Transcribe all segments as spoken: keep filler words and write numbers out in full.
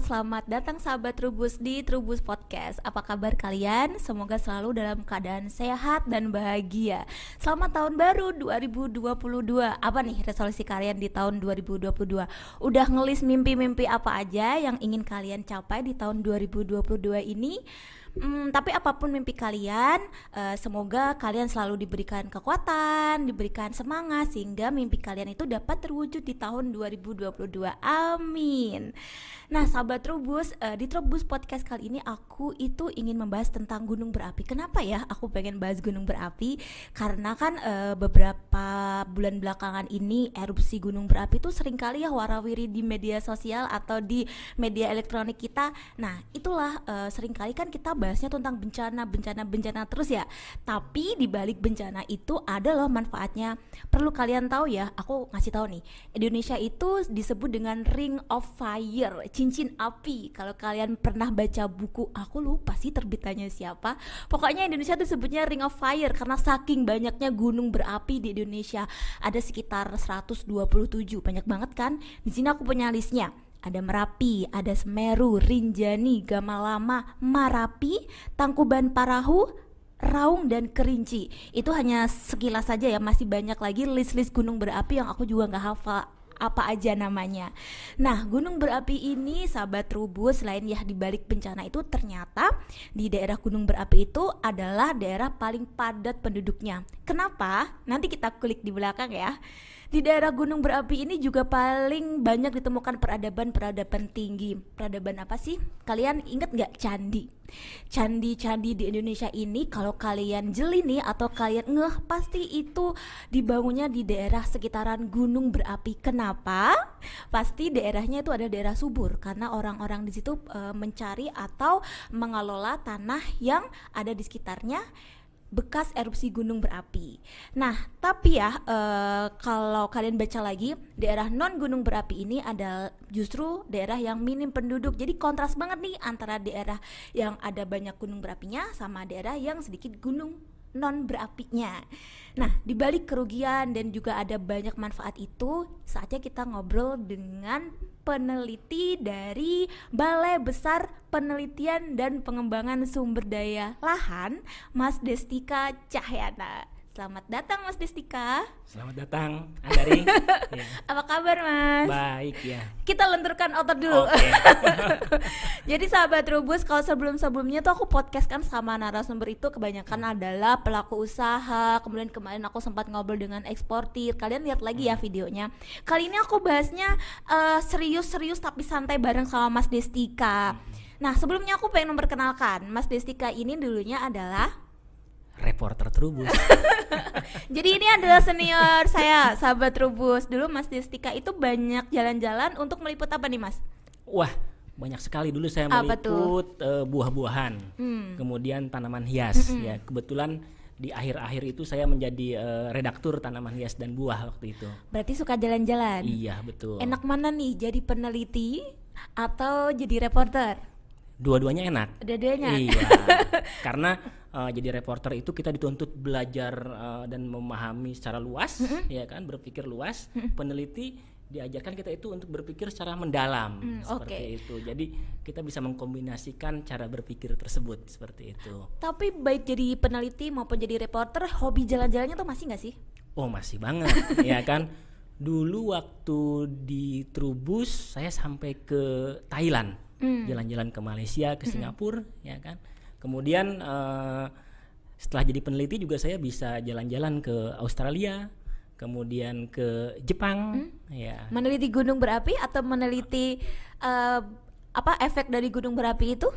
selamat datang sahabat Trubus di Trubus Podcast. Apa kabar kalian? Semoga selalu dalam keadaan sehat dan bahagia. Selamat tahun baru dua ribu dua puluh dua. Apa nih resolusi kalian di tahun dua ribu dua puluh dua? Udah ngelis mimpi-mimpi apa aja yang ingin kalian capai di tahun dua ribu dua puluh dua ini? Hmm, tapi apapun mimpi kalian, uh, semoga kalian selalu diberikan kekuatan, diberikan semangat sehingga mimpi kalian itu dapat terwujud di tahun dua ribu dua puluh dua. Amin. Nah, sahabat Trubus, uh, di Trubus Podcast kali ini aku itu ingin membahas tentang gunung berapi. Kenapa ya aku pengen bahas gunung berapi? Karena kan uh, beberapa bulan belakangan ini erupsi gunung berapi itu seringkali ya warawiri di media sosial atau di media elektronik kita. Nah, itulah uh, seringkali kan kita bahasnya tentang bencana, bencana, bencana terus ya. Tapi di balik bencana itu ada loh manfaatnya. Perlu kalian tahu ya, aku ngasih tahu nih. Indonesia itu disebut dengan Ring of Fire, cincin api. Kalau kalian pernah baca buku, aku lupa sih terbitannya siapa. Pokoknya Indonesia itu disebutnya Ring of Fire karena saking banyaknya gunung berapi di Indonesia. Ada sekitar seratus dua puluh tujuh, banyak banget kan? Di sini aku punya listnya. Ada Merapi, ada Semeru, Rinjani, Gamalama, Marapi, Tangkuban Parahu, Raung, dan Kerinci. Itu hanya sekilas saja ya, masih banyak lagi list-list gunung berapi yang aku juga gak hafal apa aja namanya. Nah, gunung berapi ini sahabat Trubus, selain ya di balik bencana itu, ternyata di daerah gunung berapi itu adalah daerah paling padat penduduknya. Kenapa? Nanti kita kulik di belakang ya. Di daerah gunung berapi ini juga paling banyak ditemukan peradaban-peradaban tinggi. Peradaban apa sih? Kalian ingat gak candi? Candi-candi di Indonesia ini kalau kalian jeli nih atau kalian ngeh, pasti itu dibangunnya di daerah sekitaran gunung berapi. Kenapa? Pasti daerahnya itu ada daerah subur karena orang-orang di situ e, mencari atau mengelola tanah yang ada di sekitarnya bekas erupsi gunung berapi. Nah, tapi ya e, kalau kalian baca lagi, daerah non gunung berapi ini adalah justru daerah yang minim penduduk. Jadi kontras banget nih antara daerah yang ada banyak gunung berapinya sama daerah yang sedikit gunung non berapinya. Nah, di balik kerugian dan juga ada banyak manfaat itu, saatnya kita ngobrol dengan peneliti dari Balai Besar Penelitian dan Pengembangan Sumber Daya Lahan, Mas Destika Cahyana. Selamat datang Mas Destika. Selamat datang Andari. Ya. Apa kabar Mas? Baik ya. Kita lenturkan otot dulu. Okay. Jadi sahabat Trubus, kalau sebelum-sebelumnya tuh aku podcast kan sama narasumber itu kebanyakan adalah pelaku usaha. Kemudian kemarin aku sempat ngobrol dengan eksportir. Kalian lihat lagi ya videonya. Kali ini aku bahasnya uh, serius-serius tapi santai bareng sama Mas Destika. Nah, sebelumnya aku pengen memperkenalkan Mas Destika ini dulunya adalah reporter Trubus. Jadi ini adalah senior saya, sahabat Trubus. Dulu Mas Destika itu banyak jalan-jalan untuk meliput apa nih Mas? Wah, banyak sekali. Dulu saya apa meliput uh, buah-buahan, hmm. kemudian tanaman hias. Mm-mm. Ya, kebetulan di akhir-akhir itu saya menjadi uh, redaktur tanaman hias dan buah waktu itu. Berarti suka jalan-jalan? Iya, betul. Enak mana nih, jadi peneliti atau jadi reporter? Dua-duanya enak. Dua-duanya. Iya. Karena uh, jadi reporter itu kita dituntut belajar uh, dan memahami secara luas, mm-hmm. ya kan, berpikir luas. Mm-hmm. Peneliti diajarkan kita itu untuk berpikir secara mendalam, mm, seperti okay. itu. Jadi kita bisa mengkombinasikan cara berpikir tersebut seperti itu. Tapi baik jadi peneliti maupun jadi reporter, hobi jalan-jalannya tuh masih nggak sih? Oh masih banget, ya kan. Dulu waktu di Trubus saya sampai ke Thailand. Hmm. Jalan-jalan ke Malaysia, ke Singapura, hmm. ya kan. Kemudian uh, setelah jadi peneliti juga saya bisa jalan-jalan ke Australia, kemudian ke Jepang. Hmm. Ya. Meneliti gunung berapi atau meneliti uh, apa efek dari gunung berapi itu?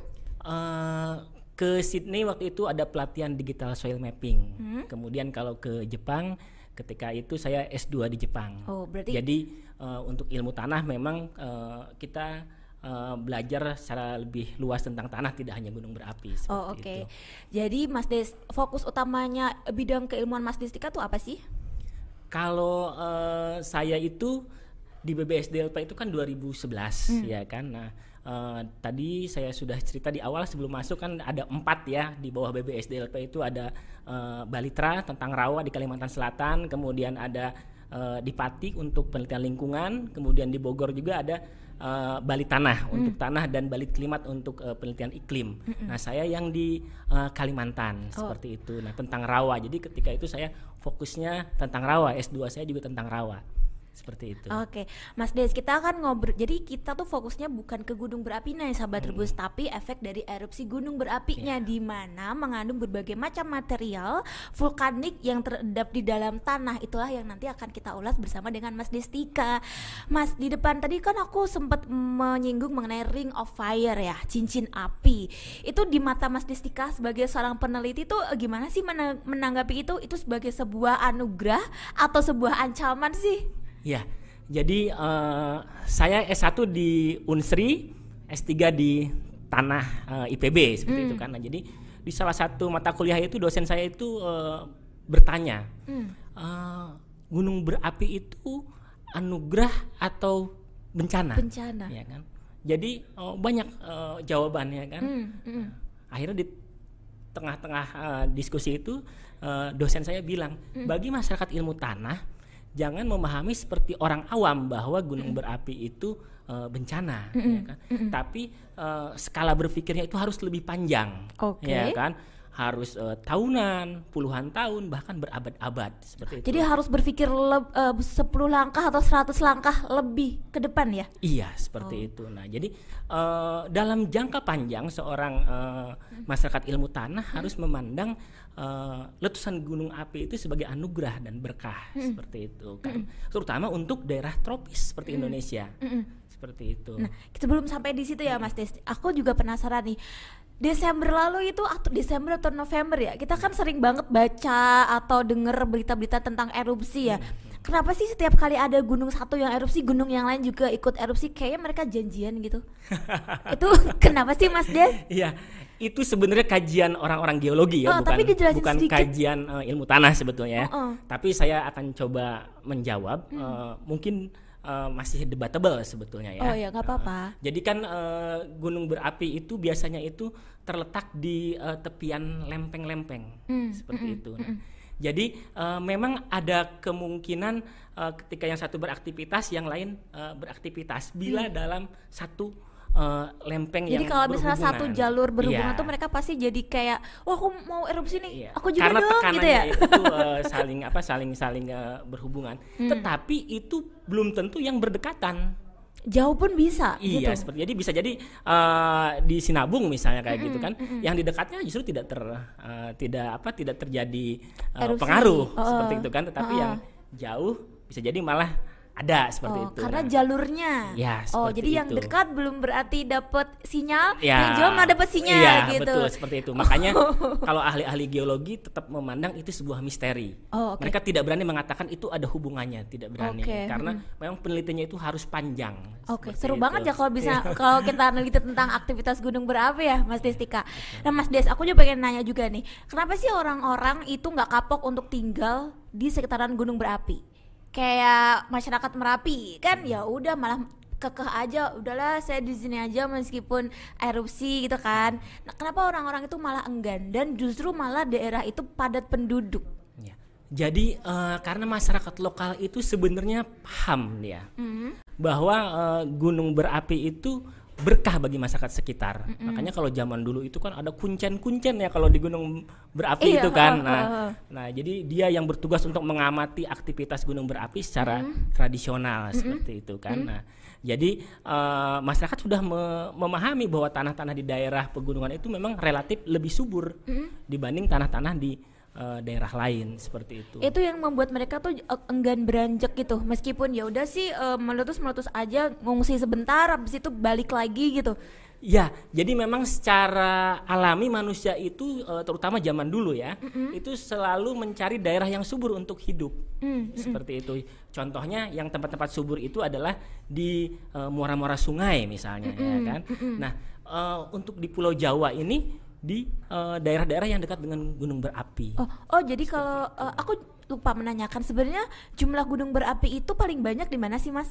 Uh, ke Sydney waktu itu ada pelatihan digital soil mapping. Hmm. Kemudian kalau ke Jepang, ketika itu saya S dua di Jepang. Oh, berarti. Jadi uh, untuk ilmu tanah memang uh, kita Uh, belajar secara lebih luas tentang tanah, tidak hanya gunung berapi. Oh oke. Okay. Jadi Mas Des, fokus utamanya bidang keilmuan Mas Destika tuh apa sih? Kalau uh, saya itu di B B S D L P itu kan dua ribu sebelas, hmm. ya kan. Nah uh, tadi saya sudah cerita di awal sebelum masuk kan ada empat ya di bawah B B S D L P itu ada uh, Balitra tentang rawa di Kalimantan Selatan, kemudian ada uh, di Pati untuk penelitian lingkungan, kemudian di Bogor juga ada uh, Balai Tanah hmm. untuk tanah dan Balai Klimat untuk uh, penelitian iklim. Hmm. Nah saya yang di uh, Kalimantan oh. seperti itu. Nah tentang rawa. Jadi ketika itu saya fokusnya tentang rawa. S dua saya juga tentang rawa. Seperti itu. Oke, Mas Des, kita akan ngobrol. Jadi kita tuh fokusnya bukan ke gunung berapi nih, sahabat Trubus, hmm. tapi efek dari erupsi gunung berapinya, yeah. di mana mengandung berbagai macam material vulkanik yang terendap di dalam tanah. Itulah yang nanti akan kita ulas bersama dengan Mas Destika. Mas, di depan tadi kan aku sempat menyinggung mengenai Ring of Fire ya, cincin api. Itu di mata Mas Destika sebagai seorang peneliti tuh gimana sih menanggapi itu? Itu sebagai sebuah anugerah atau sebuah ancaman sih? Ya, jadi uh, saya S satu di Unsri, S tiga di Tanah uh, I P B seperti mm. itu kan. Nah, jadi di salah satu mata kuliah itu dosen saya itu uh, bertanya, mm. uh, gunung berapi itu anugerah atau bencana? Bencana. Ya kan. Jadi uh, banyak uh, jawabannya kan. Mm. Mm. Akhirnya di tengah-tengah uh, diskusi itu uh, dosen saya bilang, mm. bagi masyarakat ilmu tanah jangan memahami seperti orang awam bahwa gunung mm. berapi itu uh, bencana, mm-mm. ya kan? Mm-mm. Tapi uh, skala berpikirnya itu harus lebih panjang, okay. ya kan? Harus uh, tahunan, puluhan tahun, bahkan berabad-abad seperti itu. Jadi harus berpikir le- uh, sepuluh langkah atau seratus langkah lebih ke depan ya? Iya, seperti oh. itu. Nah, jadi uh, dalam jangka panjang seorang uh, mm. masyarakat ilmu tanah mm. harus memandang Uh, letusan gunung api itu sebagai anugerah dan berkah mm. seperti itu kan, mm. terutama untuk daerah tropis seperti mm. Indonesia, mm. seperti itu. Nah, sebelum sampai di situ ya Mas Des, aku juga penasaran nih. Desember lalu itu atau Desember atau November ya, kita kan sering banget baca atau denger berita-berita tentang erupsi ya. Mm. Kenapa sih setiap kali ada gunung satu yang erupsi, gunung yang lain juga ikut erupsi? Kayaknya mereka janjian gitu. Itu kenapa sih Mas Des? Iya, itu sebenarnya kajian orang-orang geologi ya, oh, bukan bukan sedikit. kajian uh, ilmu tanah sebetulnya. Oh, oh. Tapi saya akan coba menjawab. Hmm. Uh, mungkin uh, masih debatable sebetulnya ya. Oh ya, nggak apa-apa. Uh, jadi kan uh, gunung berapi itu biasanya itu terletak di uh, tepian lempeng-lempeng hmm. seperti hmm. itu. Nah, hmm. Jadi uh, memang ada kemungkinan uh, ketika yang satu beraktivitas, yang lain uh, beraktivitas bila hmm. dalam satu uh, lempeng jadi yang berhubungan. Jadi kalau misalnya satu jalur berhubungan iya. tuh mereka pasti jadi kayak, wah aku mau erupsi nih, iya. aku juga karena dong gitu ya. itu uh, saling apa saling saling uh, berhubungan. Hmm. Tetapi itu belum tentu yang berdekatan. Jauh pun bisa. Iya, gitu. seperti jadi bisa jadi uh, di Sinabung misalnya kayak mm-hmm, gitu kan, mm-hmm. yang di dekatnya justru tidak ter uh, tidak apa tidak terjadi uh, erupsi. pengaruh oh, seperti itu kan, tetapi oh. yang jauh bisa jadi malah ada seperti oh, itu. Karena nah. jalurnya. Ya, oh, jadi itu. yang dekat belum berarti dapat sinyal, ya, yang jauh nggak dapat sinyal ya, gitu. Betul seperti itu. Makanya kalau ahli-ahli geologi tetap memandang itu sebuah misteri. Oh, okay. Mereka tidak berani mengatakan itu ada hubungannya, tidak berani. Okay. Karena hmm. memang penelitiannya itu harus panjang. Oke, okay. Seru itu. banget ya kalau bisa kalau kita neliti tentang aktivitas gunung berapi ya, Mas Destika. Nah, Mas Des, aku juga pengen nanya juga nih, kenapa sih orang-orang itu nggak kapok untuk tinggal di sekitaran gunung berapi? Kayak masyarakat Merapi kan ya udah malah kekeh aja, udahlah saya di sini aja meskipun erupsi gitu kan. Nah, kenapa orang-orang itu malah enggan dan justru malah daerah itu padat penduduk? Ya. Jadi uh, karena masyarakat lokal itu sebenarnya paham ya mm-hmm. bahwa uh, gunung berapi itu berkah bagi masyarakat sekitar. Mm-hmm. Makanya kalau zaman dulu itu kan ada kuncen-kuncen ya kalau di gunung berapi iya, itu kan. Nah, uh, uh. nah jadi dia yang bertugas untuk mengamati aktivitas gunung berapi secara mm-hmm. tradisional mm-hmm. seperti itu kan. Mm-hmm. Nah, jadi uh, masyarakat sudah me- memahami bahwa tanah-tanah di daerah pegunungan itu memang relatif lebih subur mm-hmm. dibanding tanah-tanah di Uh, daerah lain seperti itu. Itu yang membuat mereka tuh enggan beranjak gitu, meskipun ya udah sih uh, meletus-meletus aja, ngungsi sebentar habis itu balik lagi gitu. Ya, jadi memang secara alami manusia itu uh, terutama zaman dulu ya, mm-hmm. itu selalu mencari daerah yang subur untuk hidup. Mm-hmm. Seperti itu. Contohnya yang tempat-tempat subur itu adalah di uh, muara-muara sungai misalnya mm-hmm. ya kan. Mm-hmm. Nah, uh, untuk di Pulau Jawa ini di uh, daerah-daerah yang dekat dengan gunung berapi. Oh, oh jadi kalau uh, aku lupa menanyakan, sebenarnya jumlah gunung berapi itu paling banyak di mana sih, Mas?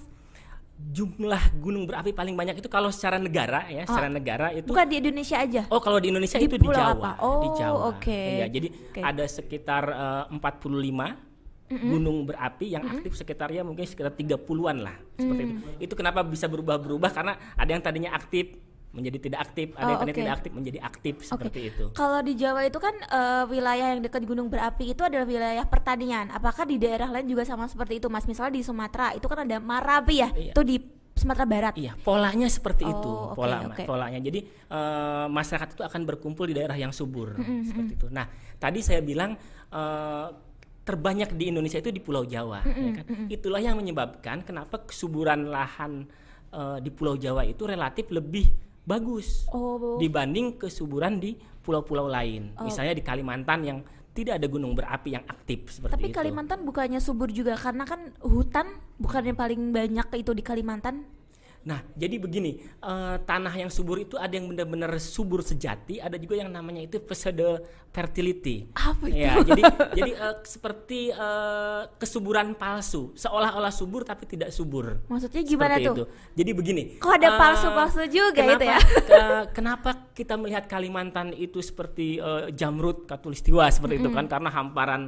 Jumlah gunung berapi paling banyak itu kalau secara negara ya, oh, secara negara itu bukan di Indonesia aja. Oh, kalau di Indonesia di itu di Jawa, apa? Oh, di Jawa. Oke. Okay. Ya, jadi okay. ada sekitar uh, empat puluh lima mm-hmm. gunung berapi yang aktif mm-hmm. sekitarnya mungkin sekitar tiga puluhan lah seperti mm. itu. Itu kenapa bisa berubah-berubah karena ada yang tadinya aktif menjadi tidak aktif, ada oh, yang tadinya okay. tidak aktif menjadi aktif seperti okay. itu. Kalau di Jawa itu kan uh, wilayah yang dekat gunung berapi itu adalah wilayah pertanian. Apakah di daerah lain juga sama seperti itu, Mas? Misalnya di Sumatera itu kan ada Marapi ya, iya. itu di Sumatera Barat. Iya, polanya seperti oh, itu, okay, pola okay. polanya. Jadi uh, masyarakat itu akan berkumpul di daerah yang subur mm-hmm. seperti itu. Nah, tadi saya bilang uh, terbanyak di Indonesia itu di Pulau Jawa, mm-hmm. ya kan? Mm-hmm. Itulah yang menyebabkan kenapa kesuburan lahan uh, di Pulau Jawa itu relatif lebih bagus oh. dibanding kesuburan di pulau-pulau lain. Oh. Misalnya di Kalimantan yang tidak ada gunung berapi yang aktif seperti Tapi itu. Tapi Kalimantan bukannya subur juga karena kan hutan bukannya paling banyak itu di Kalimantan? Nah, jadi begini, uh, tanah yang subur itu ada yang benar-benar subur sejati, ada juga yang namanya itu pseudo fertility. Apa itu? Ya, jadi jadi uh, seperti uh, kesuburan palsu, seolah-olah subur tapi tidak subur. Maksudnya gimana tuh? Itu. Jadi begini. Kok ada uh, palsu-palsu juga kenapa, itu ya? ke, kenapa kita melihat Kalimantan itu seperti uh, Jamrud Katulistiwa seperti mm-hmm. itu kan karena hamparan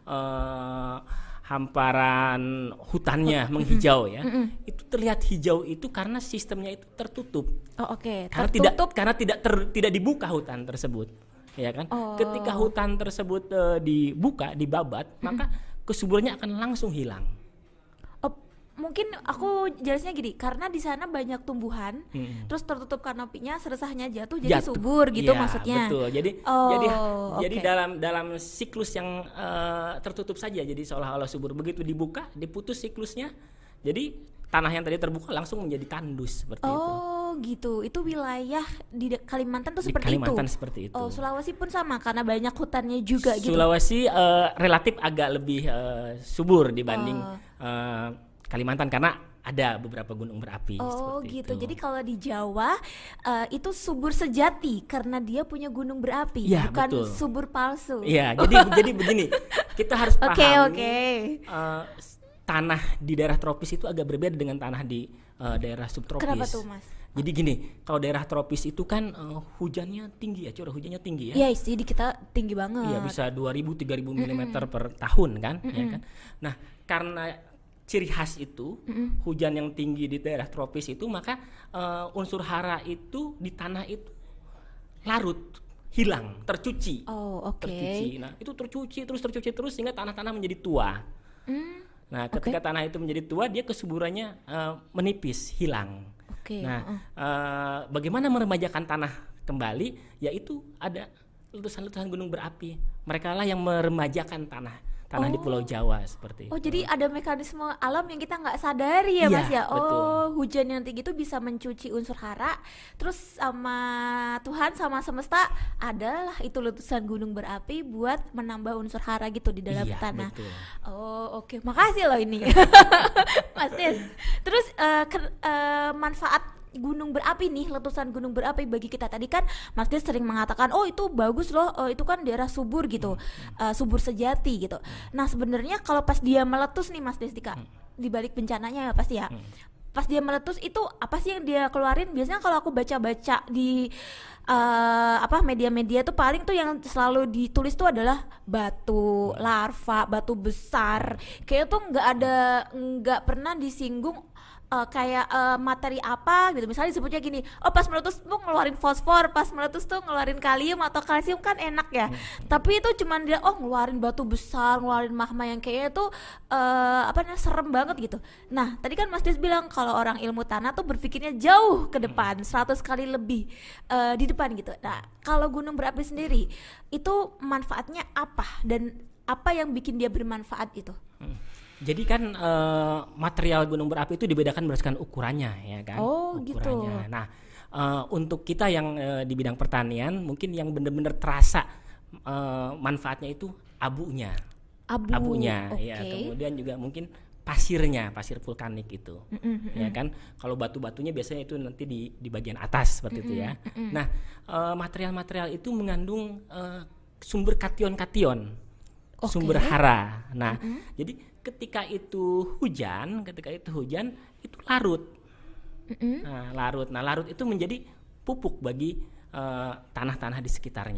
uh, hamparan hutannya menghijau ya. Mm-hmm. Itu terlihat hijau itu karena sistemnya itu tertutup. Oh oke. Okay. Karena tidak karena tidak ter, tidak dibuka hutan tersebut. Ya kan? Oh. Ketika hutan tersebut uh, dibuka, dibabat, mm-hmm. maka kesuburannya akan langsung hilang. Oh, mungkin aku jelasnya gini, karena di sana banyak tumbuhan, hmm. terus tertutup kanopinya, seresahnya jatuh jadi jatuh. subur gitu ya, maksudnya. Betul. Jadi oh, jadi okay. jadi dalam dalam siklus yang uh, tertutup saja, jadi seolah-olah subur. Begitu dibuka, diputus siklusnya, jadi tanah yang tadi terbuka langsung menjadi tandus seperti oh, itu. Oh gitu, itu wilayah di Kalimantan tuh di seperti Kalimantan itu. seperti itu. Oh, Sulawesi pun sama karena banyak hutannya juga Sulawesi, gitu. Sulawesi uh, relatif agak lebih uh, subur dibanding oh. uh, Kalimantan karena ada beberapa gunung berapi. Oh seperti gitu. itu. Jadi kalau di Jawa uh, itu subur sejati karena dia punya gunung berapi, ya, bukan betul. subur palsu. Iya. Jadi jadi begini, kita harus pahami. Oke oke. Uh, tanah di daerah tropis itu agak berbeda dengan tanah di uh, daerah subtropis. Kenapa tuh, Mas? Jadi gini, kalau daerah tropis itu kan uh, hujannya tinggi ya, curah hujannya tinggi ya. Iya, sih di kita tinggi banget. Iya, bisa dua ribu tiga ribu milimeter per tahun kan, Mm-mm. ya kan. Nah, karena ciri khas itu Mm-mm. hujan yang tinggi di daerah tropis itu, maka uh, unsur hara itu di tanah itu larut, hilang, tercuci. Oh, oke. Okay. Tercuci. Nah, itu tercuci terus tercuci terus sehingga tanah-tanah menjadi tua. Mm. Nah, ketika okay. tanah itu menjadi tua, dia kesuburannya uh, menipis, hilang. Okay. Nah, uh. uh, bagaimana meremajakan tanah kembali? Yaitu ada letusan-letusan gunung berapi. Mereka lah yang meremajakan tanah, tanah oh. di Pulau Jawa seperti oh, itu. Oh, jadi ada mekanisme alam yang kita nggak sadari ya, iya, Mas ya? Oh, betul. hujan yang tinggi itu bisa mencuci unsur hara, terus sama Tuhan sama semesta adalah itu letusan gunung berapi buat menambah unsur hara gitu di dalam iya, tanah. Betul. Oh, oke. Okay. Makasih loh ini. Mas Des. Terus uh, ke, uh, manfaat gunung berapi nih, letusan gunung berapi bagi kita. Tadi kan Mas Des sering mengatakan, oh itu bagus loh, oh, itu kan daerah subur gitu, hmm. uh, subur sejati gitu. Nah sebenarnya kalau pas dia meletus nih Mas Des, Dika, hmm. di balik bencananya ya pasti ya, hmm. pas dia meletus itu apa sih yang dia keluarin? Biasanya kalau aku baca-baca di uh, apa media-media tuh paling tuh yang selalu ditulis tuh adalah batu, larva, batu besar. Kayaknya tuh nggak ada, nggak pernah disinggung Uh, kayak uh, materi apa gitu. Misalnya disebutnya gini, oh pas meletus tuh ngeluarin fosfor, pas meletus tuh ngeluarin kalium atau kalsium, kan enak ya. hmm. Tapi itu cuman dia oh ngeluarin batu besar, ngeluarin magma yang kayaknya tuh uh, apa namanya serem banget gitu. Nah tadi kan Mas Des bilang kalau orang ilmu tanah tuh berpikirnya jauh ke depan, seratus kali lebih uh, di depan gitu. Nah kalau gunung berapi sendiri itu manfaatnya apa dan apa yang bikin dia bermanfaat itu? hmm. Jadi kan uh, material gunung berapi itu dibedakan berdasarkan ukurannya, ya kan? Oh, ukurannya. gitu. Nah, uh, untuk kita yang uh, di bidang pertanian, mungkin yang benar-benar terasa uh, manfaatnya itu abunya, Abu, abunya, okay. ya. Kemudian juga mungkin pasirnya, pasir vulkanik itu, mm-hmm. ya kan? Kalau batu-batunya biasanya itu nanti di di bagian atas seperti mm-hmm. itu ya. Mm-hmm. Nah, uh, material-material itu mengandung uh, sumber kation-kation, okay. sumber hara. Nah, mm-hmm. jadi ketika itu hujan, ketika itu hujan itu larut, mm-hmm. nah larut, nah larut itu menjadi pupuk bagi uh, tanah-tanah di sekitarnya.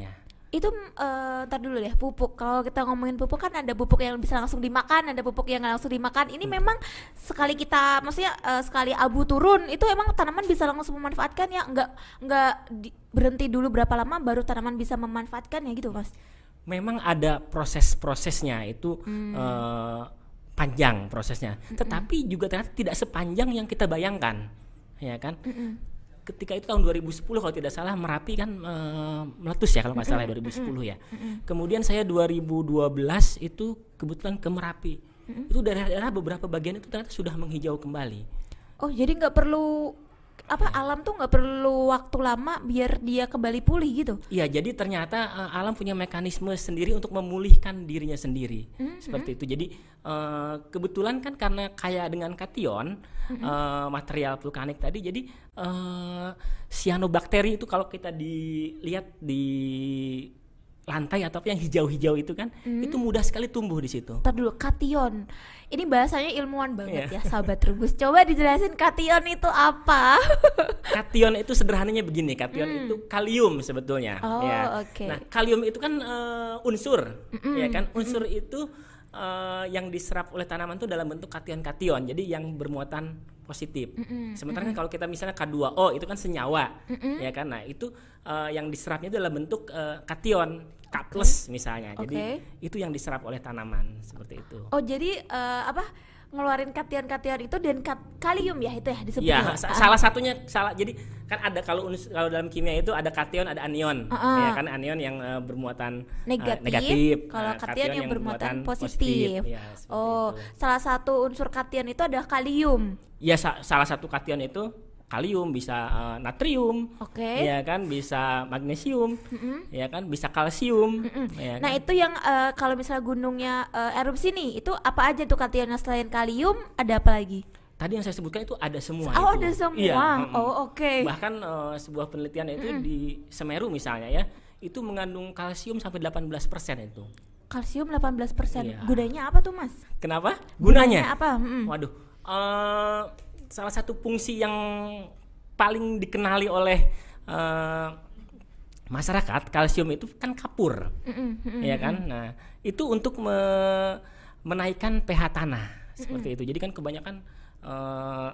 Itu uh, ntar dulu deh, pupuk. Kalau kita ngomongin pupuk kan ada pupuk yang bisa langsung dimakan, ada pupuk yang nggak langsung dimakan. Ini hmm. memang sekali kita, maksudnya uh, sekali abu turun itu emang tanaman bisa langsung memanfaatkan ya, nggak nggak di, berhenti dulu berapa lama baru tanaman bisa memanfaatkan ya gitu Mas? Memang ada proses-prosesnya itu hmm. uh, panjang prosesnya, hmm. tetapi juga ternyata tidak sepanjang yang kita bayangkan, ya kan? Hmm. Ketika itu tahun dua ribu sepuluh kalau tidak salah Merapi kan e, meletus ya kalau nggak salah dua ribu sepuluh ya. Kemudian saya dua ribu dua belas itu kebetulan ke Merapi. Itu daerah-daerah beberapa bagian itu ternyata sudah menghijau kembali. Oh jadi nggak perlu apa ya. Alam tuh nggak perlu waktu lama biar dia kembali pulih gitu? Iya, jadi ternyata uh, alam punya mekanisme sendiri untuk memulihkan dirinya sendiri, mm-hmm. seperti itu. Jadi uh, kebetulan kan karena kaya dengan kation, mm-hmm. uh, material vulkanik tadi, jadi uh, cyanobacteria itu kalau kita dilihat di lantai atau yang hijau-hijau itu kan, hmm. itu mudah sekali tumbuh di situ. Ntar dulu, kation. Ini bahasanya ilmuwan banget yeah. ya, sahabat Trubus. Coba dijelasin kation itu apa? Kation itu sederhananya begini, kation hmm. itu kalium sebetulnya. Oh, ya. oke. Okay. Nah, kalium itu kan uh, unsur, mm-mm. ya kan? Unsur mm-mm. itu uh, yang diserap oleh tanaman itu dalam bentuk kation-kation. Jadi yang bermuatan positif. Mm-mm. Sementara mm-mm. kan kalau kita misalnya K dua O itu kan senyawa, mm-mm. ya kan? Nah, itu uh, yang diserapnya itu dalam bentuk uh, kation. K plus okay. misalnya, okay. jadi itu yang diserap oleh tanaman seperti itu. Oh jadi uh, apa ngeluarin kation-kation itu dan kat- kalium ya itu ya disebutnya? Ya sa- salah satunya salah. Jadi kan ada kalau uns- kalau dalam kimia itu ada kation ada anion, uh-uh. ya kan anion yang uh, bermuatan negatif, uh, negatif. kalau uh, kation yang, yang bermuatan, bermuatan positif. positif. Ya, oh itu. Salah satu unsur kation itu adalah kalium. Ya sa- salah satu kation itu kalium, bisa uh, natrium, okay. ya kan, bisa magnesium, mm-hmm. ya kan, bisa kalsium. Mm-hmm. Ya nah kan? itu yang uh, kalau misalnya gunungnya uh, erupsi nih, itu apa aja tuh kationnya selain kalium? Ada apa lagi? Tadi yang saya sebutkan itu ada semua. Oh itu. ada semua. Iya, oh oke. Okay. Bahkan uh, sebuah penelitian itu mm-hmm. di Semeru misalnya ya, itu mengandung kalsium sampai delapan belas persen itu. Kalsium delapan belas persen. Iya. Gunanya apa tuh Mas? Kenapa? Gunanya, Gunanya apa? Mm-hmm. Waduh. Uh, salah satu fungsi yang paling dikenali oleh uh, masyarakat, kalsium itu kan kapur, mm-hmm. ya kan. Nah itu untuk me- menaikkan pH tanah seperti mm-hmm. itu. Jadi kan kebanyakan uh,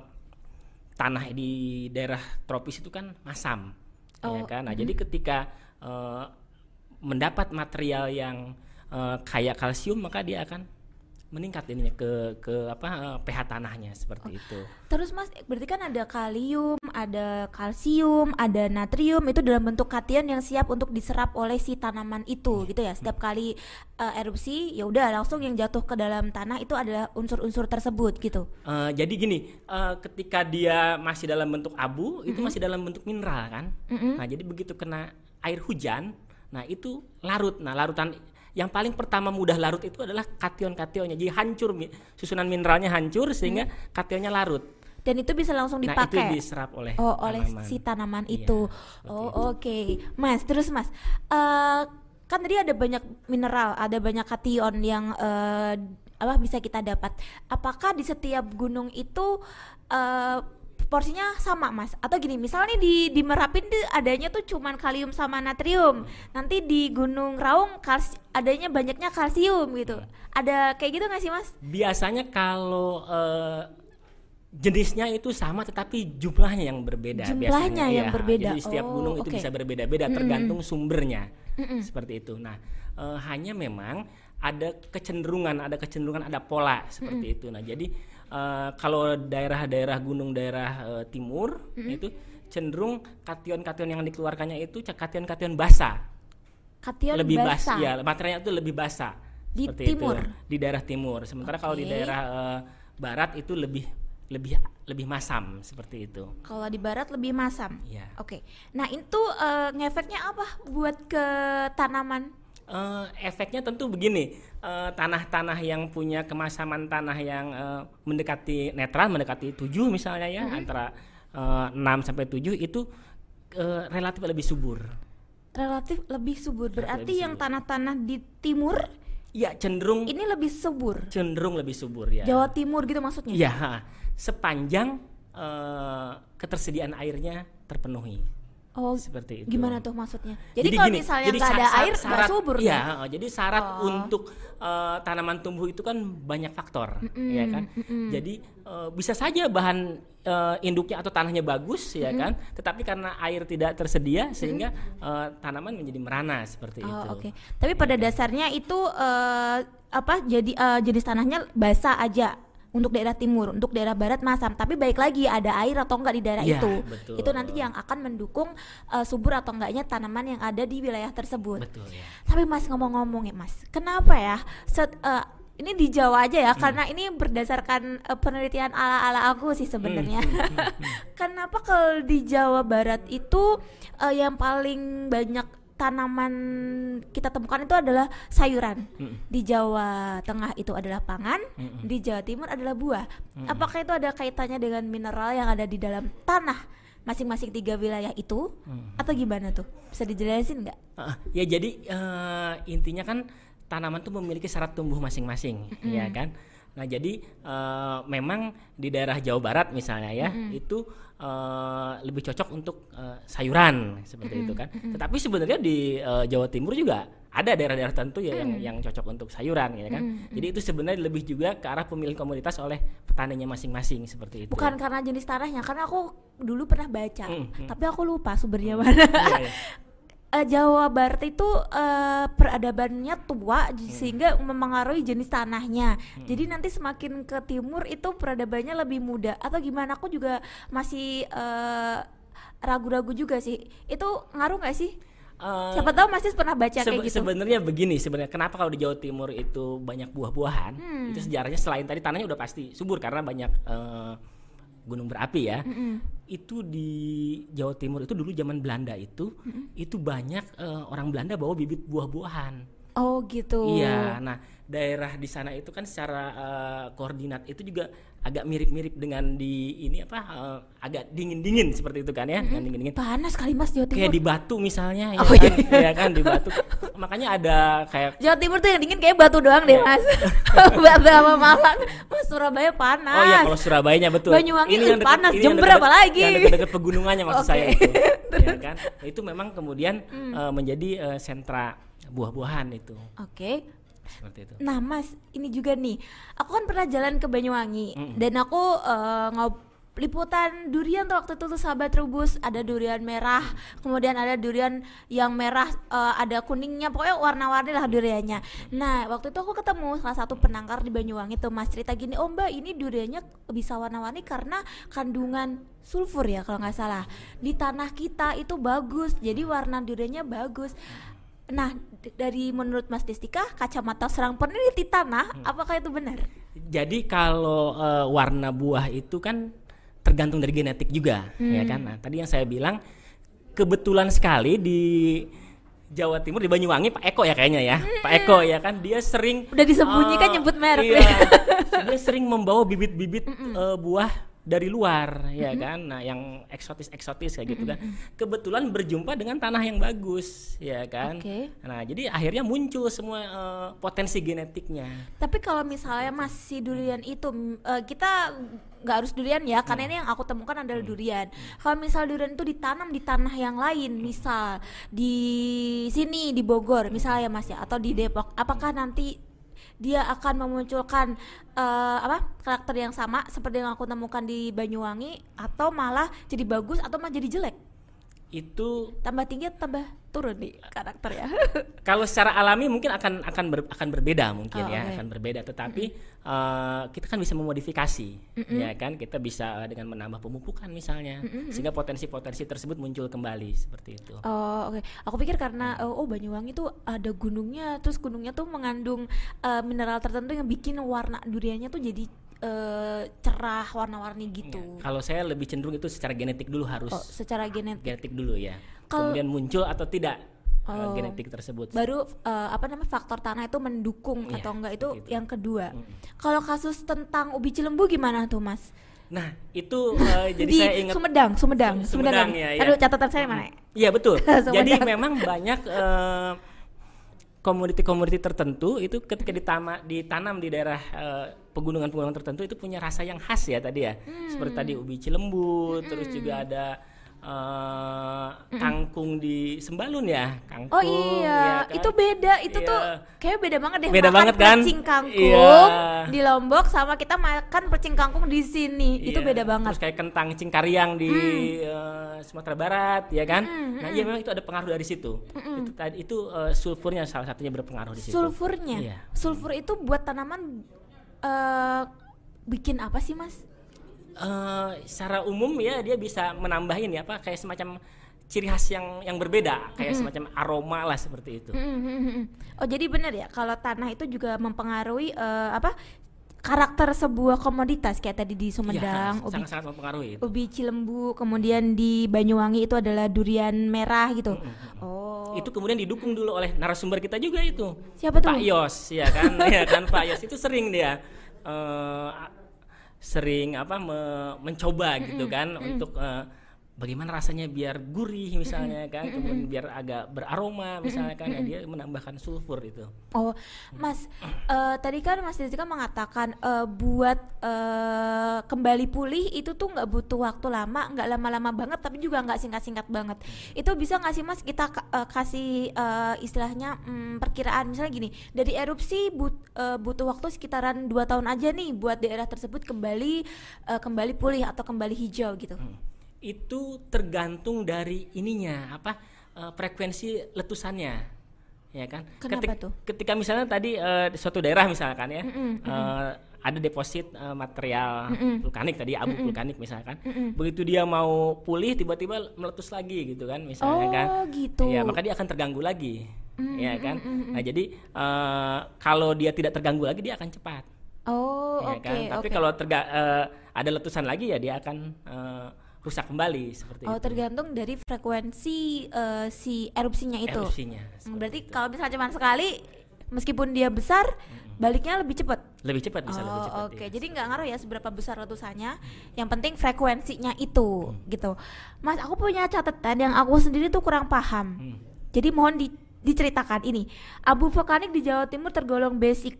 tanah di daerah tropis itu kan masam, oh, ya kan. Nah mm-hmm. jadi ketika uh, mendapat material yang uh, kaya kalsium, maka dia akan meningkat ininya ke ke apa pH tanahnya seperti oh. itu. Terus Mas, berarti kan ada kalium, ada kalsium, ada natrium itu dalam bentuk kation yang siap untuk diserap oleh si tanaman itu hmm. gitu ya. Setiap hmm. kali uh, erupsi ya udah langsung yang jatuh ke dalam tanah itu adalah unsur-unsur tersebut gitu. Uh, jadi gini, uh, ketika dia masih dalam bentuk abu, mm-hmm. itu masih dalam bentuk mineral kan. Mm-hmm. Nah, jadi begitu kena air hujan, nah itu larut. Nah, larutan yang paling pertama mudah larut itu adalah kation-kationnya. Jadi hancur, susunan mineralnya hancur sehingga hmm. kationnya larut. Dan itu bisa langsung dipakai. Nah, itu diserap oleh oh, tanaman. oleh si tanaman iya, itu. Oh, oke. Okay. Mas, terus Mas, uh, kan tadi ada banyak mineral, ada banyak kation yang uh, apa bisa kita dapat. Apakah di setiap gunung itu uh, porsinya sama Mas? Atau gini, misalnya di di Merapi adanya tuh cuman kalium sama natrium, nanti di Gunung Raung kalsi, adanya banyaknya kalsium gitu. Ada kayak gitu nggak sih Mas? Biasanya kalau uh, jenisnya itu sama tetapi jumlahnya yang berbeda. Jumlahnya biasanya, yang ya. berbeda. Jadi setiap oh, gunung okay. itu bisa berbeda-beda tergantung mm-hmm. sumbernya. Mm-hmm. Seperti itu. Nah, uh, hanya memang ada kecenderungan, ada kecenderungan, ada pola seperti mm-hmm. itu. Nah, jadi Uh, kalau daerah-daerah gunung daerah uh, timur mm-hmm. itu cenderung kation-kation yang dikeluarkannya itu kation-kation basah. Kation lebih basah. Bas, ya, materialnya itu lebih basah. Di seperti timur. Itu, di daerah timur. Sementara okay. kalau di daerah uh, barat itu lebih lebih lebih masam seperti itu. Kalau di barat lebih masam. Ya. Oke. Okay. Nah, itu uh, ngefeknya apa buat ke tanaman? Uh, efeknya tentu begini, uh, tanah-tanah yang punya kemasaman tanah yang uh, mendekati netral, mendekati tujuh misalnya ya, mm-hmm. antara uh, enam sampai tujuh itu uh, relatif lebih subur. Relatif lebih subur, berarti lebih yang subur. tanah-tanah di timur ya cenderung ini lebih subur. Cenderung lebih subur ya. Jawa Timur gitu maksudnya? Ya, sepanjang uh, ketersediaan airnya terpenuhi. Oh, seperti itu. Gimana tuh maksudnya? Jadi, jadi kalau gini, misalnya jadi nggak ada syarat, air nggak subur ya, kan? jadi syarat oh. untuk uh, tanaman tumbuh itu kan banyak faktor, mm-mm, ya kan. Mm-mm. Jadi uh, bisa saja bahan uh, induknya atau tanahnya bagus, ya mm-mm. kan. Tetapi karena air tidak tersedia sehingga uh, tanaman menjadi merana seperti oh, itu. Oke. Okay. Tapi pada dasarnya itu uh, apa? Jadi uh, jenis tanahnya basah aja. Untuk daerah timur, untuk daerah barat masam, tapi baik lagi ada air atau enggak di daerah ya, itu. Betul. Itu nanti yang akan mendukung uh, subur atau enggaknya tanaman yang ada di wilayah tersebut. Betul, ya. Tapi Mas ngomong-ngomong ya Mas, kenapa ya set, uh, ini di Jawa aja ya, hmm. karena ini berdasarkan uh, penelitian ala-ala aku sih sebenarnya. Hmm. Kenapa kalau di Jawa Barat itu uh, yang paling banyak tanaman kita temukan itu adalah sayuran. Mm. Di Jawa Tengah itu adalah pangan, Mm-mm. di Jawa Timur adalah buah. Mm-mm. Apakah itu ada kaitannya dengan mineral yang ada di dalam tanah masing-masing tiga wilayah itu, mm. atau gimana tuh? Bisa dijelasin nggak? Uh, ya jadi uh, intinya kan tanaman tuh memiliki syarat tumbuh masing-masing, mm-hmm. ya kan. Nah jadi uh, memang di daerah Jawa Barat misalnya ya mm-hmm. itu uh, lebih cocok untuk uh, sayuran seperti mm-hmm. itu kan. Mm-hmm. Tetapi sebenarnya di uh, Jawa Timur juga ada daerah-daerah tertentu ya mm-hmm. yang yang cocok untuk sayuran ya kan. Mm-hmm. Jadi itu sebenarnya lebih juga ke arah pemilihan komoditas oleh petaninya masing-masing seperti itu. Bukan karena jenis tanahnya, karena aku dulu pernah baca, mm-hmm. tapi aku lupa sumbernya mm-hmm. mana. Iya, iya. Jawa Barat itu uh, peradabannya tua hmm. sehingga memengaruhi jenis tanahnya. Hmm. Jadi nanti semakin ke timur itu peradabannya lebih muda atau gimana? Aku juga masih uh, ragu-ragu juga sih. Itu ngaruh nggak sih? Uh, Siapa tahu Mas pernah baca sebe- kayak gitu. Sebenarnya begini, sebenarnya kenapa kalau di Jawa Timur itu banyak buah-buahan? Hmm. Itu sejarahnya selain tadi tanahnya udah pasti subur karena banyak uh, gunung berapi ya. Mm-mm. Itu di Jawa Timur itu dulu zaman Belanda itu Mm-mm. itu banyak uh, orang Belanda bawa bibit buah-buahan. Oh gitu. Iya, nah daerah di sana itu kan secara uh, koordinat itu juga agak mirip-mirip dengan di ini apa uh, agak dingin-dingin seperti itu kan ya, mm-hmm. dengan dingin-dingin. Panas kali Mas Jawa Timur. Kayak di Batu misalnya ya, oh, kan? iya. ya kan di Batu. Makanya ada kayak Jawa Timur tuh yang dingin kayak Batu doang deh Mas. Batu sama Malang. Mas Surabaya panas. Oh iya kalau Surabayanya betul. Banyuwangi ini yang deket, panas, ini Jember yang apa lagi? Yang dekat-dekat pegunungannya maksud okay. saya itu. ya kan? Itu memang kemudian hmm. uh, menjadi uh, sentra buah-buahan itu. Oke. Okay. Seperti itu. Nah Mas, ini juga nih, aku kan pernah jalan ke Banyuwangi mm-hmm. dan aku uh, ngob liputan durian tuh waktu itu tuh sahabat Trubus, ada durian merah, kemudian ada durian yang merah uh, ada kuningnya, pokoknya warna-warni lah duriannya. Nah waktu itu aku ketemu salah satu penangkar di Banyuwangi tuh Mas cerita gini, oh Mbak ini duriannya bisa warna-warni karena kandungan sulfur ya kalau nggak salah di tanah kita itu bagus, jadi warna duriannya bagus. Nah, d- dari menurut Mas Destika, kacamata seorang peneliti tanah, hmm. apakah itu benar? Jadi kalau uh, warna buah itu kan tergantung dari genetik juga, hmm. ya kan? Nah, tadi yang saya bilang kebetulan sekali di Jawa Timur di Banyuwangi Pak Eko ya kayaknya ya, hmm. Pak Eko ya kan dia sering udah disembunyikan uh, nyebut merek. Iya, dia sering membawa bibit-bibit uh, buah dari luar ya mm-hmm. kan, nah yang eksotis-eksotis kayak gitu kan, kebetulan berjumpa dengan tanah yang bagus ya kan, okay. Nah jadi akhirnya muncul semua uh, potensi genetiknya. Tapi kalau misalnya masih durian itu uh, kita nggak harus durian ya, karena hmm. ini yang aku temukan adalah durian. Kalau misal durian itu ditanam di tanah yang lain, misal di sini di Bogor misalnya Mas ya, atau di Depok, apakah nanti dia akan memunculkan uh, apa karakter yang sama seperti yang aku temukan di Banyuwangi, atau malah jadi bagus atau malah jadi jelek? Itu tambah tinggi atau tambah turun nih karakter ya? Kalau secara alami mungkin akan akan ber, akan berbeda mungkin oh, ya okay. akan berbeda, tetapi mm-hmm. uh, kita kan bisa memodifikasi mm-hmm. ya kan, kita bisa uh, dengan menambah pemupukan misalnya mm-hmm. sehingga potensi-potensi tersebut muncul kembali seperti itu. Oh oke, okay. Aku pikir karena uh, oh Banyuwangi tuh ada gunungnya, terus gunungnya tuh mengandung uh, mineral tertentu yang bikin warna duriannya tuh jadi Uh, cerah warna-warni gitu. Ya, kalau saya lebih cenderung itu secara genetik dulu harus. Oh, secara genetik. Genetik dulu ya. Kalo, kemudian muncul atau tidak oh, uh, genetik tersebut. Baru uh, apa namanya faktor tanah itu mendukung ya, atau enggak itu gitu. Yang kedua. Hmm. Kalau kasus tentang ubi cilembu gimana tuh Mas? Nah itu uh, jadi di saya ingat Sumedang, Sumedang, Sumedang, Sumedang ya. Aduh catatan saya mana? Iya betul. Jadi memang banyak. Uh, komoditi-komoditi tertentu itu ketika ditama, ditanam di daerah uh, pegunungan-pegunungan tertentu itu punya rasa yang khas ya tadi ya, hmm. seperti tadi ubi cilembu, hmm. terus juga ada uh, kangkung di Sembalun ya, kangkung. Oh iya, ya kan? itu beda, itu Iya. tuh kayak beda banget deh. Beda makan banget kan? percing kangkung Iya. di Lombok sama kita makan percing kangkung di sini, itu Iya, beda banget. Terus kayak kentang cingkariang di uh, Sumatera Barat, ya kan? Mm, Nah, mm. iya memang itu ada pengaruh dari situ. Mm-mm. Itu tadi itu uh, sulfurnya salah satunya berpengaruh di situ. Sulfurnya, Iya. sulfur itu buat tanaman eh, bikin apa sih mas? Uh, secara umum ya dia bisa menambahin ya apa kayak semacam ciri khas yang yang berbeda, kayak semacam aroma lah seperti itu. Oh jadi benar ya kalau tanah itu juga mempengaruhi eh, apa karakter sebuah komoditas kayak tadi di Sumedang, Ya, ubi, sangat-sangat mempengaruhi itu. ubi Cilembu, kemudian di Banyuwangi itu adalah durian merah gitu. Mm-mm. Oh. Itu kemudian didukung dulu oleh narasumber kita juga itu. Siapa tuh? Pak Yos, ya kan, ya kan Pak Yos itu sering dia uh, sering apa me- mencoba gitu kan untuk uh, bagaimana rasanya biar gurih misalnya kan, kemudian biar agak beraroma misalnya kan, ya dia menambahkan sulfur itu. Oh, Mas, uh, tadi kan Mas Rizka mengatakan uh, buat uh, kembali pulih itu tuh nggak butuh waktu lama, nggak lama-lama banget, tapi juga nggak singkat-singkat banget. Itu bisa nggak sih Mas kita uh, kasih uh, istilahnya um, perkiraan, misalnya gini, dari erupsi but, uh, butuh waktu sekitaran dua tahun aja nih buat daerah tersebut kembali uh, kembali pulih atau kembali hijau gitu. Hmm. Itu tergantung dari ininya apa uh, frekuensi letusannya, ya kan? Kenapa Ketik, tuh? Ketika misalnya tadi uh, di suatu daerah misalkan ya Mm-mm, uh, ada deposit uh, material Mm-mm. vulkanik tadi abu Mm-mm. vulkanik misalkan, Mm-mm. begitu dia mau pulih tiba-tiba meletus lagi gitu kan misalnya Oh, kan? gitu. Ya maka dia akan terganggu lagi, Mm, ya kan? mm, mm, mm. Nah jadi uh, kalau dia tidak terganggu lagi dia akan cepat, Oh, ya oke, kan? Tapi oke. kalau terga- uh, ada letusan lagi ya dia akan uh, rusak kembali seperti Oh, itu. tergantung dari frekuensi uh, si erupsinya itu. Erupsinya. Hmm, seperti Berarti itu. kalau misalnya cuma sekali, meskipun dia besar, baliknya lebih cepat. lebih cepat bisa lebih cepat. Oh, oke. ya. Jadi nggak ngaruh ya seberapa besar letusannya. Yang penting frekuensinya itu, gitu. Mas, aku punya catatan yang aku sendiri tuh kurang paham. Hmm. Jadi mohon di- diceritakan ini. Abu vulkanik di Jawa Timur tergolong basic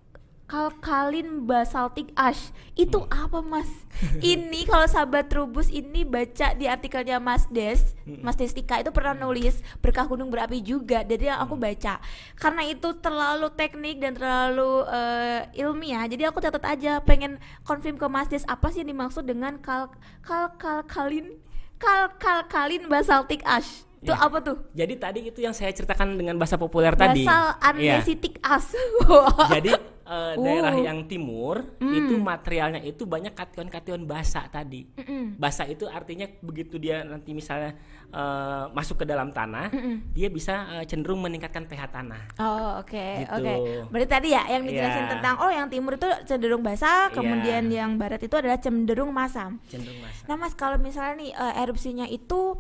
kalkalin basaltic ash. Itu Hmm. apa Mas? Ini kalau sahabat Trubus ini baca di artikelnya Mas Des, Hmm. Mas Destika itu pernah nulis berkah gunung berapi juga. Jadi Hmm. aku baca. Karena itu terlalu teknik dan terlalu eh, ilmiah. Jadi aku catat aja, pengen confirm ke Mas Des apa sih yang dimaksud dengan kal kal kalkalin kal kalkalin basaltic ash. Itu Ya. apa tuh? Jadi tadi itu yang saya ceritakan dengan bahasa populer tadi. Basal Iya. andesitic ash. Jadi eh, daerah Uh. yang timur Hmm. itu materialnya itu banyak kation-kation basa tadi. Mm-mm. Basa itu artinya begitu dia nanti misalnya eh, masuk ke dalam tanah, Mm-mm. dia bisa eh, cenderung meningkatkan pH tanah. Oh, oke, Gitu. oke. Berarti tadi ya yang dijelasin Iya. tentang oh yang timur itu cenderung basah, Iya. kemudian yang barat itu adalah cenderung masam. Cenderung basa. Nah, Mas, kalau misalnya nih eh, erupsinya itu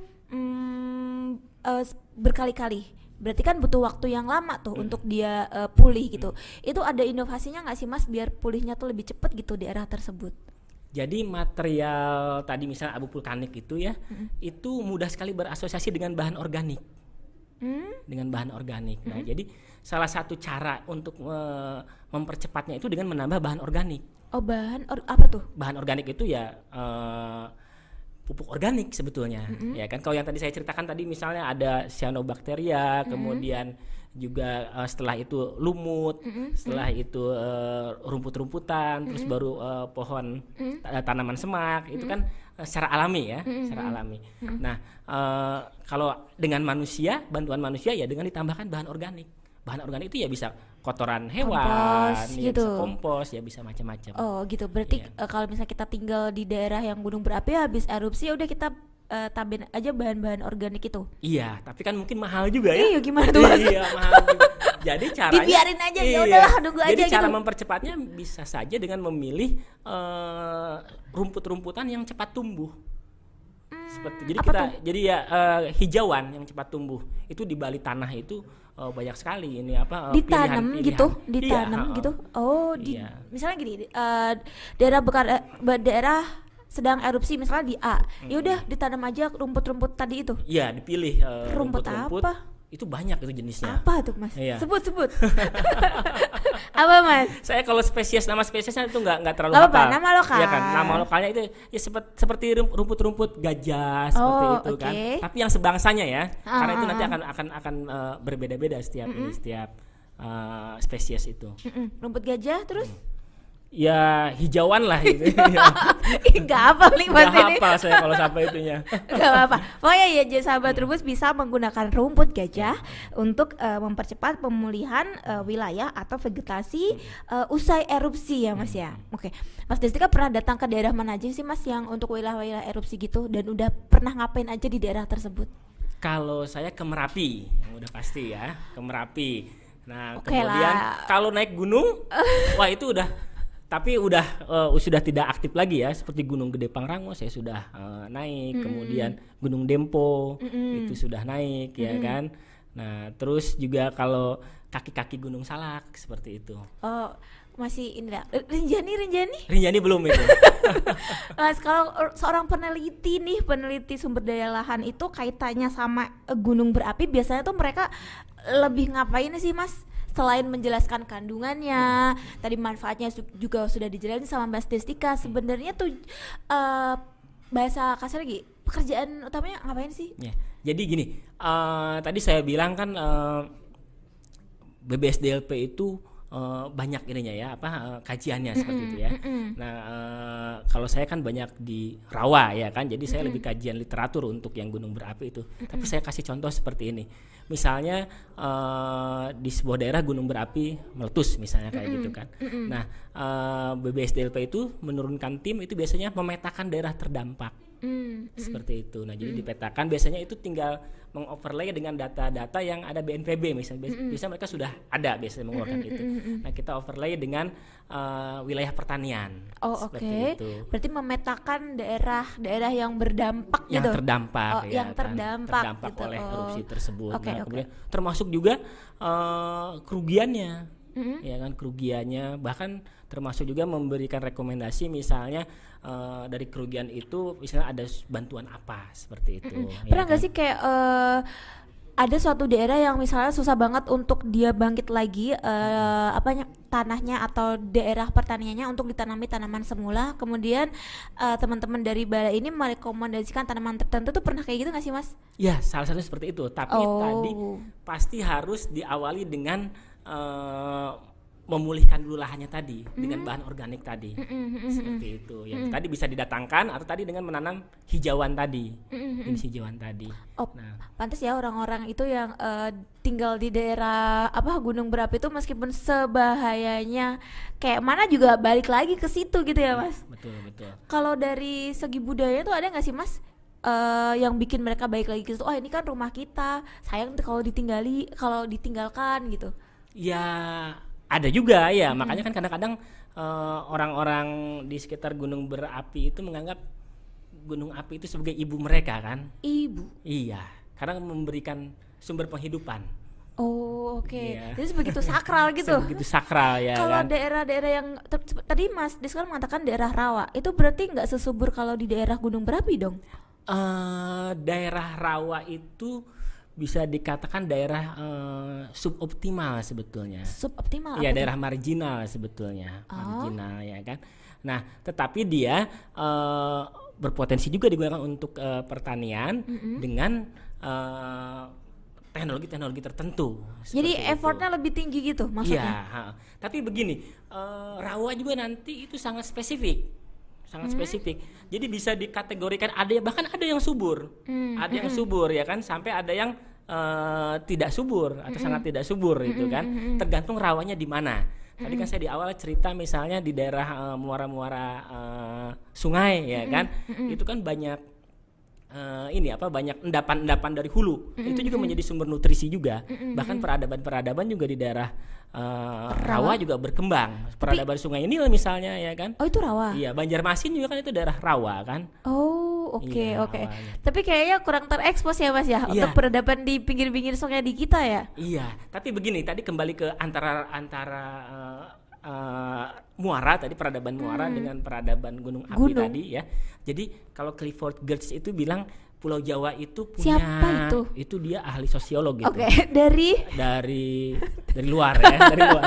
mm, eh, berkali-kali, berarti kan butuh waktu yang lama tuh Hmm. untuk dia eh, pulih gitu. Itu ada inovasinya nggak sih Mas biar pulihnya tuh lebih cepat gitu di daerah tersebut? Jadi material tadi misalnya abu vulkanik itu ya, itu mudah sekali berasosiasi dengan bahan organik. Hmm? Dengan bahan organik. Nah, jadi salah satu cara untuk eh, mempercepatnya itu dengan menambah bahan organik. Oh, bahan or- apa tuh? Bahan organik itu ya eh, pupuk organik sebetulnya, ya kan. Kalau yang tadi saya ceritakan tadi misalnya ada cyanobacteria, kemudian juga eh, setelah itu lumut, setelah itu eh, rumput-rumputan, terus baru eh, pohon ta- tanaman semak, itu kan eh, secara alami ya, secara alami. Nah, eh, kalau dengan manusia, bantuan manusia ya dengan ditambahkan bahan organik. Bahan organik itu ya bisa kotoran hewan, Kompos, ya gitu. bisa kompos, ya bisa macam-macam. Oh gitu, berarti Iya. eh, kalau misalnya kita tinggal di daerah yang gunung berapi habis erupsi ya udah kita eh, tambahin aja bahan-bahan organik itu. Iya, tapi kan mungkin mahal juga ya. Iya, gimana tuh, Mas? Iya, mahal juga. Jadi caranya Dibiarin aja, ya iya. udahlah, nunggu aja Jadi cara gitu. mempercepatnya bisa saja dengan memilih eh, rumput-rumputan yang cepat tumbuh. Seperti jadi apa kita tuh? jadi ya eh, hijauan yang cepat tumbuh. Itu di balik tanah itu eh, banyak sekali ini apa eh, Ditanam pilihan-pilihan. gitu, Iya, ditanam ha-ha. gitu. Oh, di, Iya. misalnya gini, eh, daerah bekar eh, be- daerah sedang erupsi misalnya di A, ya udah ditanam aja rumput-rumput tadi itu. Iya, dipilih eh, Rumput rumput-rumput. apa? itu banyak itu jenisnya. Apa tuh Mas? Iya. Sebut-sebut. Apa Mas? Saya kalau spesies nama spesiesnya itu nggak nggak terlalu Apa, hafal. nama lokal? Iya kan, nama lokalnya itu ya seperti, seperti rumput-rumput gajah seperti Oh, itu okay. kan. Tapi yang sebangsanya ya, Ah, karena itu ah, nanti ah. akan akan akan uh, berbeda-beda setiap Mm-mm. ini setiap uh, spesies itu. Mm-mm. Rumput gajah terus? Ya hijauan lah gitu. Enggak apa nih Mas Nggak ini. hafal saya kalau sampai itunya. Gak apa-apa. Pokoknya ya jadi sahabat Trubus bisa menggunakan rumput gajah untuk uh, mempercepat pemulihan uh, wilayah atau vegetasi uh, usai erupsi ya Mas ya. Oke. Mas Destika pernah datang ke daerah mana aja sih Mas yang untuk wilayah-wilayah erupsi gitu dan udah pernah ngapain aja di daerah tersebut? Kalau saya ke Merapi, yang udah pasti ya, ke Merapi. Nah, Oke kemudian lah. kalau naik gunung, wah itu udah tapi udah uh, sudah tidak aktif lagi ya, seperti Gunung Gede Pangrango saya sudah uh, naik, Mm-mm. kemudian Gunung Dempo Mm-mm. itu sudah naik ya Mm-mm. kan. Nah, terus juga kalau kaki-kaki Gunung Salak seperti itu. Oh, masih ini lah. Rinjani, Rinjani. Rinjani belum itu. Mas, kalau seorang peneliti nih, peneliti sumber daya lahan itu kaitannya sama eh, gunung berapi, biasanya tuh mereka lebih ngapain sih Mas? Selain menjelaskan kandungannya, hmm. tadi manfaatnya su- juga sudah dijelasin sama Mas Destika. Sebenarnya tuh uh, bahasa kasar lagi, pekerjaan utamanya ngapain sih? Ya, jadi gini, uh, tadi saya bilang kan uh, B B S D L P itu uh, banyak ininya ya, apa uh, kajiannya Mm-mm, seperti itu ya. mm-mm. Nah, uh, kalau saya kan banyak di rawa ya kan, jadi saya Mm-mm. lebih kajian literatur untuk yang gunung berapi itu. Mm-mm. Tapi saya kasih contoh seperti ini. Misalnya uh, di sebuah daerah gunung berapi meletus misalnya kayak Mm-mm. gitu kan. Mm-mm. Nah, uh, B B S D L P itu menurunkan tim itu biasanya memetakan daerah terdampak. Mm, mm, Seperti itu. Nah, jadi Mm. dipetakan biasanya itu tinggal mengoverlay dengan data-data yang ada B N P B misalnya. Biasa, Mm-mm. biasanya mereka sudah ada biasanya mengeluarkan Mm-mm, itu. mm-mm. Nah, kita overlay dengan uh, wilayah pertanian. Oh, oke. Seperti itu. Berarti memetakan daerah-daerah yang berdampak Yang gitu. terdampak Oh, ya yang kan, terdampak terdampak gitu. oleh Oh. erupsi tersebut. Oke, Nah, oke. kemudian termasuk juga uh, kerugiannya. Mm-mm. Ya kan, kerugiannya, bahkan termasuk juga memberikan rekomendasi misalnya uh, dari kerugian itu misalnya ada bantuan apa seperti itu. Mm-mm. Ya Pernah nggak kan? sih kayak eh, ada suatu daerah yang misalnya susah banget untuk dia bangkit lagi eh, apanya tanahnya atau daerah pertaniannya untuk ditanami tanaman semula, kemudian eh, teman-teman dari balai ini merekomendasikan tanaman tertentu tuh, pernah kayak gitu nggak sih Mas? Ya, salah satunya seperti itu. Tapi Oh. tadi pasti harus diawali dengan uh, memulihkan dulu lahannya tadi dengan bahan organik tadi. Mm-mm, mm-mm, Seperti itu. Yang tadi bisa didatangkan atau tadi dengan menanam hijauan tadi. Mm-mm. Jenis hijauan tadi. Oh, Nah, pantas ya orang-orang itu yang eh, tinggal di daerah apa gunung berapi itu meskipun sebahayanya kayak mana juga balik lagi ke situ gitu ya Mas. betul betul. Kalau dari segi budaya tuh ada nggak sih Mas eh, yang bikin mereka balik lagi ke situ? Oh, ini kan rumah kita, sayang tuh kalau ditinggali, kalau ditinggalkan gitu. Ya, ada juga ya. Makanya kan kadang-kadang uh, orang-orang di sekitar gunung berapi itu menganggap gunung api itu sebagai ibu mereka kan. Ibu. Iya, karena memberikan sumber penghidupan. Oh, oke. Iya. Jadi begitu sakral gitu. Begitu sakral ya Kalau kan. daerah-daerah yang ter- tadi Mas Diskon mengatakan daerah rawa, itu berarti nggak sesubur kalau di daerah gunung berapi dong? Eh, daerah rawa itu bisa dikatakan daerah eh, suboptimal sebetulnya. Suboptimal. Ya, apa daerah marginal sebetulnya, Oh. marginal ya kan. Nah, tetapi dia eh, berpotensi juga digunakan untuk eh, pertanian Mm-mm. dengan eh, teknologi-teknologi tertentu. tuh? Jadi seperti itu. effortnya lebih tinggi gitu Iya, maksudnya? ha. Tapi begini, eh, rawa juga nanti itu sangat spesifik, sangat Hmm. spesifik. Jadi bisa dikategorikan ada bahkan ada yang subur, Hmm, ada yang subur ya kan, sampai ada yang eh, tidak subur atau sangat tidak subur itu kan, tergantung rawanya di mana. Tadi kan saya di awal cerita misalnya di daerah eh, muara-muara eh, sungai ya kan, itu kan banyak Uh, ini apa banyak endapan-endapan dari hulu. Mm-hmm. Itu juga menjadi sumber nutrisi juga. Mm-hmm. Bahkan peradaban-peradaban juga di daerah uh, rawa juga berkembang. Peradaban Sungai Nil misalnya ya kan. Oh, itu rawa. Iya, Banjarmasin juga kan itu daerah rawa kan. Oh, oke Iya, oke. awalnya. Tapi kayaknya kurang terekspos ya Mas ya Iya. untuk peradaban di pinggir-pinggir sungai di kita ya. Iya, tapi begini tadi kembali ke antara antara uh, uh, muara tadi, peradaban muara hmm. dengan peradaban gunung api gunung. tadi ya. Jadi kalau Clifford Geertz itu bilang Pulau Jawa itu punya, siapa itu? Itu dia ahli sosiolog gitu. Oke, okay. dari dari dari luar ya, dari luar.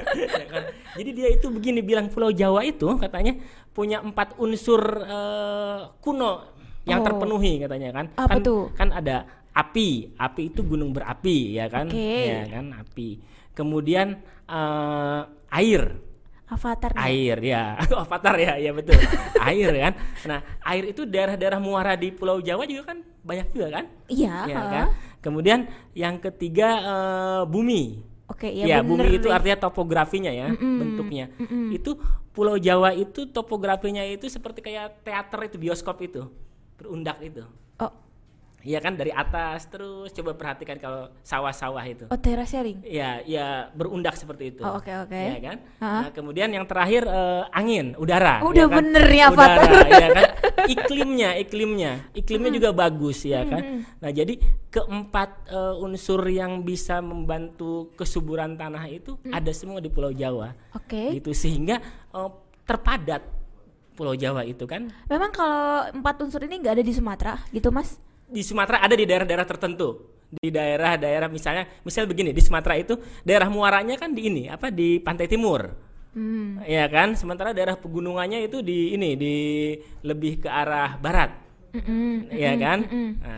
Jadi dia itu begini bilang, Pulau Jawa itu katanya punya empat unsur uh, kuno yang oh. terpenuhi katanya kan. Apa kan tuh? Kan ada api, api itu gunung berapi ya kan, okay. ya kan api. Kemudian uh, air. Avatar air ya, Avatar ya, ya betul. Air kan. Nah, air itu daerah-daerah muara di Pulau Jawa juga kan banyak juga kan? Iya. Ya, kan? Kemudian yang ketiga uh, bumi. Oke, ya, ya bumi itu deh. artinya topografinya ya, Mm-mm. bentuknya. Mm-mm. Itu Pulau Jawa itu topografinya itu seperti kayak teater itu, bioskop itu, berundak itu. Oh. Iya kan, dari atas terus coba perhatikan kalau sawah-sawah itu. Oh, terasering. Ya, ya berundak seperti itu. Oh, oke okay, oke. Okay. Ya kan. Uh-huh. Nah, kemudian yang terakhir uh, angin, udara. Udah ya kan? bener ya, udara, ya kan. Iklimnya, iklimnya, iklimnya hmm. juga bagus ya kan. Hmm. Nah, jadi keempat uh, unsur yang bisa membantu kesuburan tanah itu hmm. ada semua di Pulau Jawa. Oke. Okay. Gitu, sehingga uh, terpadat Pulau Jawa itu kan. Memang kalau empat unsur ini nggak ada di Sumatera, gitu Mas? Di Sumatera ada di daerah-daerah tertentu, di daerah-daerah misalnya, misal begini, di Sumatera itu daerah muaranya kan di ini apa di pantai timur, hmm. ya kan, sementara daerah pegunungannya itu di ini di lebih ke arah barat, mm-mm, ya kan. Mm-mm. Nah,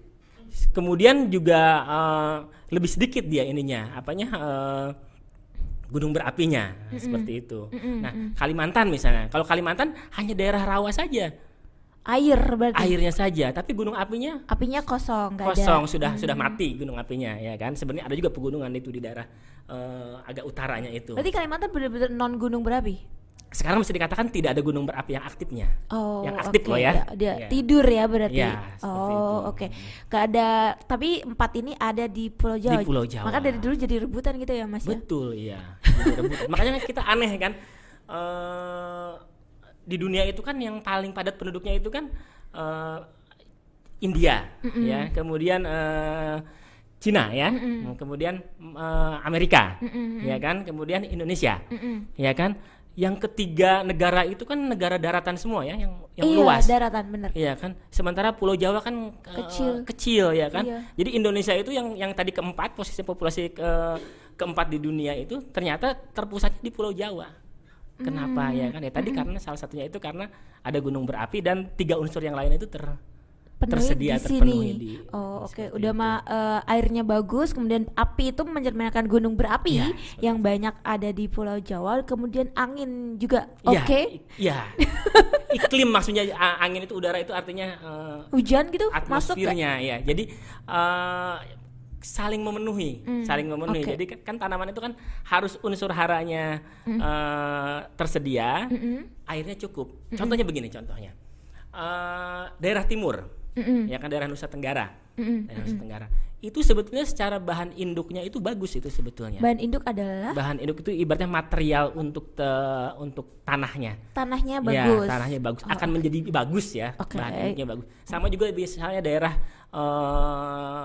kemudian juga uh, lebih sedikit dia ininya, apanya uh, gunung berapinya, mm-mm. seperti itu. Mm-mm. Nah, Kalimantan misalnya, kalau Kalimantan hanya daerah rawa saja. Air berarti. Airnya saja, tapi gunung apinya apinya kosong, nggak ada. Kosong, sudah hmm. sudah mati gunung apinya ya kan. Sebenarnya ada juga pegunungan itu di daerah uh, agak utaranya itu. Berarti Kalimantan benar-benar non gunung berapi. Sekarang bisa dikatakan tidak ada gunung berapi yang aktifnya. Oh, yang aktif okay. loh ya. Dia ya. tidur ya berarti. Ya, oh, oke. Okay. Gak ada, tapi empat ini ada di Pulau Jawa. Di Pulau Jawa. Maka dari dulu jadi rebutan gitu ya, Mas? Betul, iya. Jadi rebutan. Makanya kita aneh kan. Uh, di dunia itu kan yang paling padat penduduknya itu kan Uh, India, mm-mm. ya, kemudian uh, Cina, ya, mm-mm. kemudian uh, Amerika, mm-mm. ya kan, kemudian Indonesia, mm-mm. ya kan. Yang ketiga negara itu kan negara daratan semua ya, yang yang iya, luas. Daratan benar. Iya kan. Sementara Pulau Jawa kan kecil, uh, kecil ya kan. Iya. Jadi Indonesia itu yang yang tadi keempat, posisi populasi ke, keempat di dunia itu ternyata terpusatnya di Pulau Jawa. Kenapa hmm. ya kan ya tadi hmm. karena salah satunya itu karena ada gunung berapi dan tiga unsur yang lain itu ter Penuhi tersedia di terpenuhi sini. di. Oh oke, okay. Udah mah uh, airnya bagus, kemudian api itu mencerminkan gunung berapi ya, yang banyak ada di Pulau Jawa, kemudian angin juga. Oke. Okay. Iya. Iklim maksudnya angin itu udara itu artinya uh, hujan gitu atmosfernya masuk ya. Jadi uh, saling memenuhi, mm, saling memenuhi. Okay. Jadi kan, kan tanaman itu kan harus unsur haranya mm. uh, tersedia, mm-mm. airnya cukup. Mm-mm. Contohnya begini, contohnya uh, daerah timur, mm-mm. ya kan daerah Nusa Tenggara, mm-mm. daerah Nusa Tenggara. Itu sebetulnya secara bahan induknya itu bagus itu sebetulnya. Bahan induk adalah? Bahan induk itu ibaratnya material untuk te, untuk tanahnya. Tanahnya bagus. Ya, tanahnya bagus. Oh, akan okay. menjadi bagus ya. Okay. Bahan induknya bagus. Sama juga misalnya daerah uh,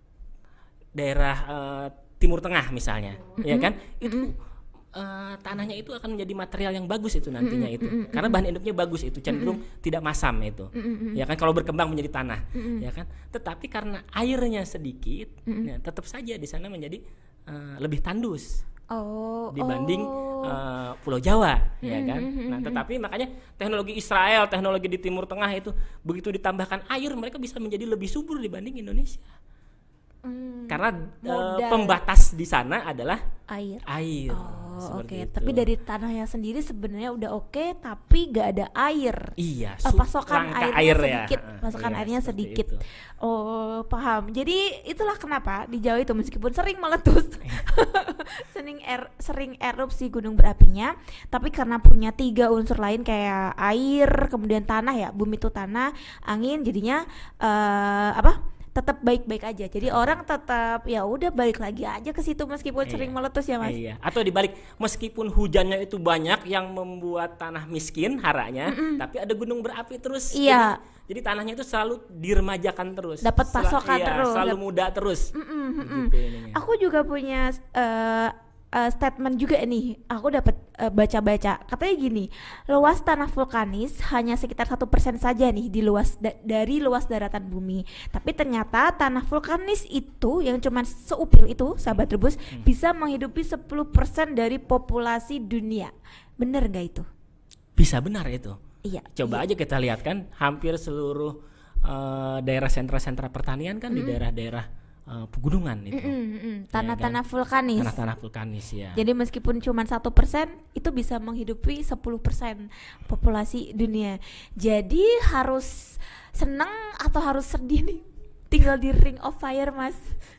daerah uh, Timur Tengah misalnya, mm-hmm. ya kan, itu uh, tanahnya itu akan menjadi material yang bagus itu nantinya mm-hmm. itu, mm-hmm. karena bahan induknya bagus itu, cenderung mm-hmm. tidak masam itu, mm-hmm. ya kan, kalau berkembang menjadi tanah, mm-hmm. ya kan, tetapi karena airnya sedikit, mm-hmm. ya, tetap saja di sana menjadi uh, lebih tandus. Oh, dibanding oh. Uh, Pulau Jawa, mm-hmm. ya kan. Nah, mm-hmm. tetapi makanya teknologi Israel, teknologi di Timur Tengah itu begitu ditambahkan air, mereka bisa menjadi lebih subur dibanding Indonesia. Hmm, karena uh, pembatas di sana adalah air. Air. Oh, oke. Okay. Tapi dari tanahnya sendiri sebenarnya udah oke, okay, tapi gak ada air. Iya. Uh, pasokan airnya air sedikit. Ya. Pasokan iya, airnya sedikit. Itu. Oh, paham. Jadi itulah kenapa di Jawa itu meskipun sering meletus, sering er, sering erupsi gunung berapinya, tapi karena punya tiga unsur lain kayak air, kemudian tanah ya, bumi itu tanah, angin, jadinya uh, apa? tetap baik-baik aja. Jadi orang tetap ya udah balik lagi aja ke situ meskipun iya. sering meletus ya Mas. Iya. Atau dibalik, meskipun hujannya itu banyak yang membuat tanah miskin haranya, mm-mm. tapi ada gunung berapi terus. Iya. Jadi, jadi tanahnya itu selalu diremajakan terus. Dapat pasokan Sel- iya, terus. selalu Dap- muda terus. Mm-mm, mm-mm. Gitu Aku juga punya uh, Uh, statement juga nih, aku dapat uh, baca-baca katanya gini, luas tanah vulkanis hanya sekitar satu persen saja nih di luas da- dari luas daratan bumi. Tapi ternyata tanah vulkanis itu yang cuma seupil itu, sahabat Trubus, hmm. bisa menghidupi sepuluh persen dari populasi dunia. Bener nggak itu? Bisa, benar itu. Iya. Coba iya. aja kita lihat kan, hampir seluruh uh, daerah sentra-sentra pertanian kan mm-hmm. di daerah-daerah Uh, pegunungan itu, mm-hmm. tanah-tanah ya kan? vulkanis, tanah-tanah vulkanis ya. Jadi meskipun cuma satu persen, itu bisa menghidupi sepuluh persen populasi dunia. Jadi harus senang atau harus sedih nih tinggal di Ring of Fire, Mas?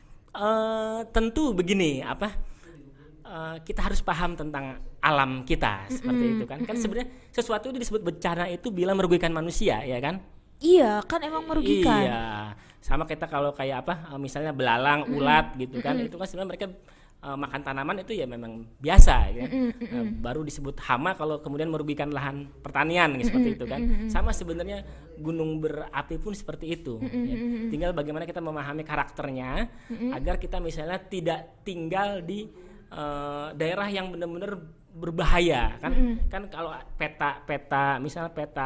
Uh, tentu begini, apa? Uh, kita harus paham tentang alam kita mm-hmm. seperti itu kan. Kan sebenarnya sesuatu itu disebut bencana itu bila merugikan manusia, ya kan? Iya, kan emang merugikan. Iya. Sama kita kalau kayak apa, misalnya belalang, mm-hmm. ulat gitu kan, mm-hmm. itu kan sebenarnya mereka uh, makan tanaman itu ya memang biasa ya. Mm-hmm. Uh, baru disebut hama kalau kemudian merugikan lahan pertanian gitu, seperti itu kan. Mm-hmm. Sama sebenarnya gunung berapi pun seperti itu. Mm-hmm. Ya. Tinggal bagaimana kita memahami karakternya mm-hmm. agar kita misalnya tidak tinggal di uh, daerah yang benar-benar berbahaya kan. Mm-hmm. Kan kalau peta-peta misalnya peta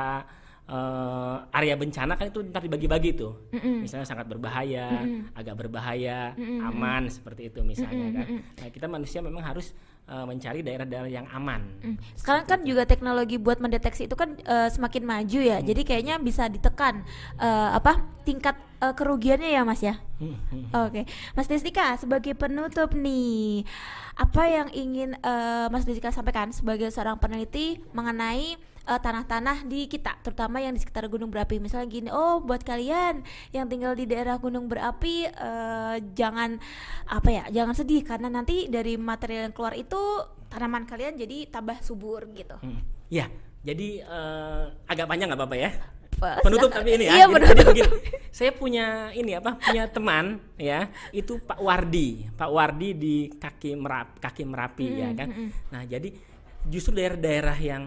Uh, area bencana kan itu ntar dibagi-bagi tuh, mm-mm. misalnya sangat berbahaya, mm-mm. agak berbahaya, mm-mm. aman seperti itu misalnya mm-mm. kan. Nah kita manusia memang harus uh, mencari daerah-daerah yang aman. Mm. Sekarang kan itu. Juga teknologi buat mendeteksi itu kan uh, semakin maju ya, mm. jadi kayaknya bisa ditekan uh, apa tingkat uh, kerugiannya ya Mas ya. Mm-hmm. Oke, okay. Mas Destika sebagai penutup nih, apa yang ingin uh, Mas Destika sampaikan sebagai seorang peneliti mengenai Uh, tanah-tanah di kita, terutama yang di sekitar gunung berapi. Misalnya gini, oh buat kalian yang tinggal di daerah gunung berapi uh, jangan apa ya, jangan sedih karena nanti dari material yang keluar itu tanaman kalian jadi tambah subur gitu. Hmm. Ya, jadi uh, agak panjang nggak apa-apa ya. Pas, penutup tapi ini ya. Iya, jadi, jadi begini, saya punya ini apa, punya teman ya, itu Pak Wardi, Pak Wardi di kaki Merapi, kaki Merapi mm-hmm. ya kan. Nah jadi justru daerah-daerah yang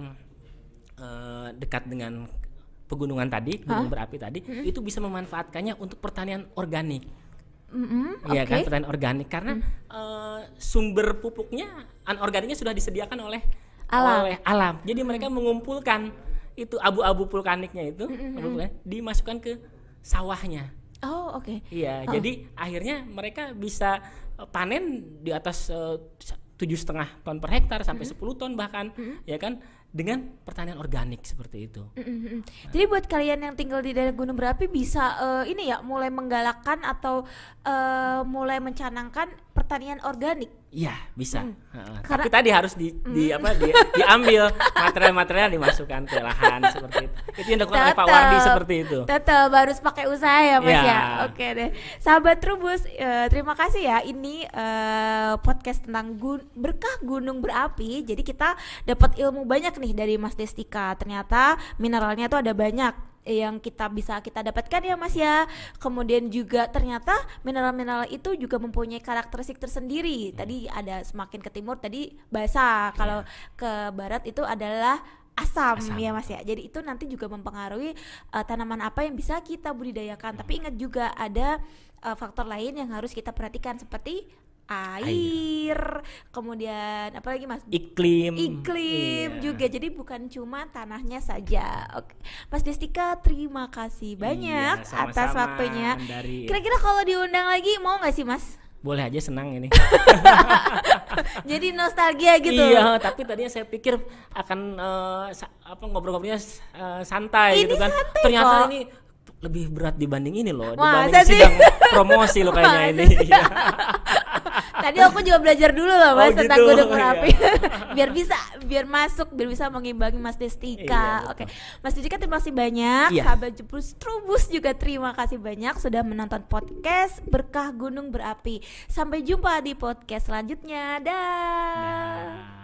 Uh, dekat dengan pegunungan tadi, gunung huh? berapi tadi, mm-hmm. itu bisa memanfaatkannya untuk pertanian organik, mm-hmm. ya okay. kan, pertanian organik karena mm. uh, sumber pupuknya, anorganiknya sudah disediakan oleh alam. oleh alam. Jadi mm. mereka mengumpulkan itu abu-abu vulkaniknya itu, mm-hmm. dimasukkan ke sawahnya. Oh oke. Okay. Iya, oh. jadi akhirnya mereka bisa panen di atas uh, tujuh setengah ton per hektar sampai mm-hmm. sepuluh ton bahkan, mm-hmm. ya kan, dengan pertanian organik seperti itu. Mm-hmm. Jadi buat kalian yang tinggal di daerah gunung berapi bisa uh, ini ya mulai menggalakkan atau uh, mulai mencanangkan pertanian organik. Iya bisa. Mm. Uh, Karena, tapi tadi harus di, di mm. apa di, diambil material-material dimasukkan ke lahan seperti itu. Itu yang dilakukan oleh Pak Wardi seperti itu. Tetap harus pakai usaha ya Mas ya. ya. Oke deh. Sahabat Trubus, uh, terima kasih ya. Ini uh, podcast tentang gun- berkah gunung berapi. Jadi kita dapat ilmu banyak nih dari Mas Destika. Ternyata mineralnya tuh ada banyak yang kita bisa kita dapatkan ya Mas ya. Kemudian juga ternyata mineral-mineral itu juga mempunyai karakteristik tersendiri. Tadi ada semakin ke timur tadi basah, kalau ke barat itu adalah asam, asam ya Mas ya. Jadi itu nanti juga mempengaruhi uh, tanaman apa yang bisa kita budidayakan. Hmm. Tapi ingat juga ada uh, faktor lain yang harus kita perhatikan seperti air, air. Kemudian apa lagi Mas? Iklim. Iklim iya. juga. Jadi bukan cuma tanahnya saja. Oke. Mas Destika, terima kasih banyak iya, atas waktunya. Dari... Kira-kira kalau diundang lagi mau nggak sih Mas? Boleh aja, senang ini. Jadi nostalgia gitu. Iya, tapi tadinya saya pikir akan uh, sa- apa ngobrol-ngobrolnya uh, santai ini gitu kan. Santai Ternyata kok. ini lebih berat dibanding ini loh, Masa dibanding sih? sidang promosi loh kayaknya ini. Tadi aku juga belajar dulu loh Mas oh, tentang gitu. gunung berapi. biar bisa, biar masuk, biar bisa mengimbangi Mas Destika. Iya, Oke, Mas Destika terima kasih banyak. Iya. Sahabat Trubus, Trubus juga terima kasih banyak sudah menonton podcast Berkah Gunung Berapi. Sampai jumpa di podcast selanjutnya. Dah. Nah.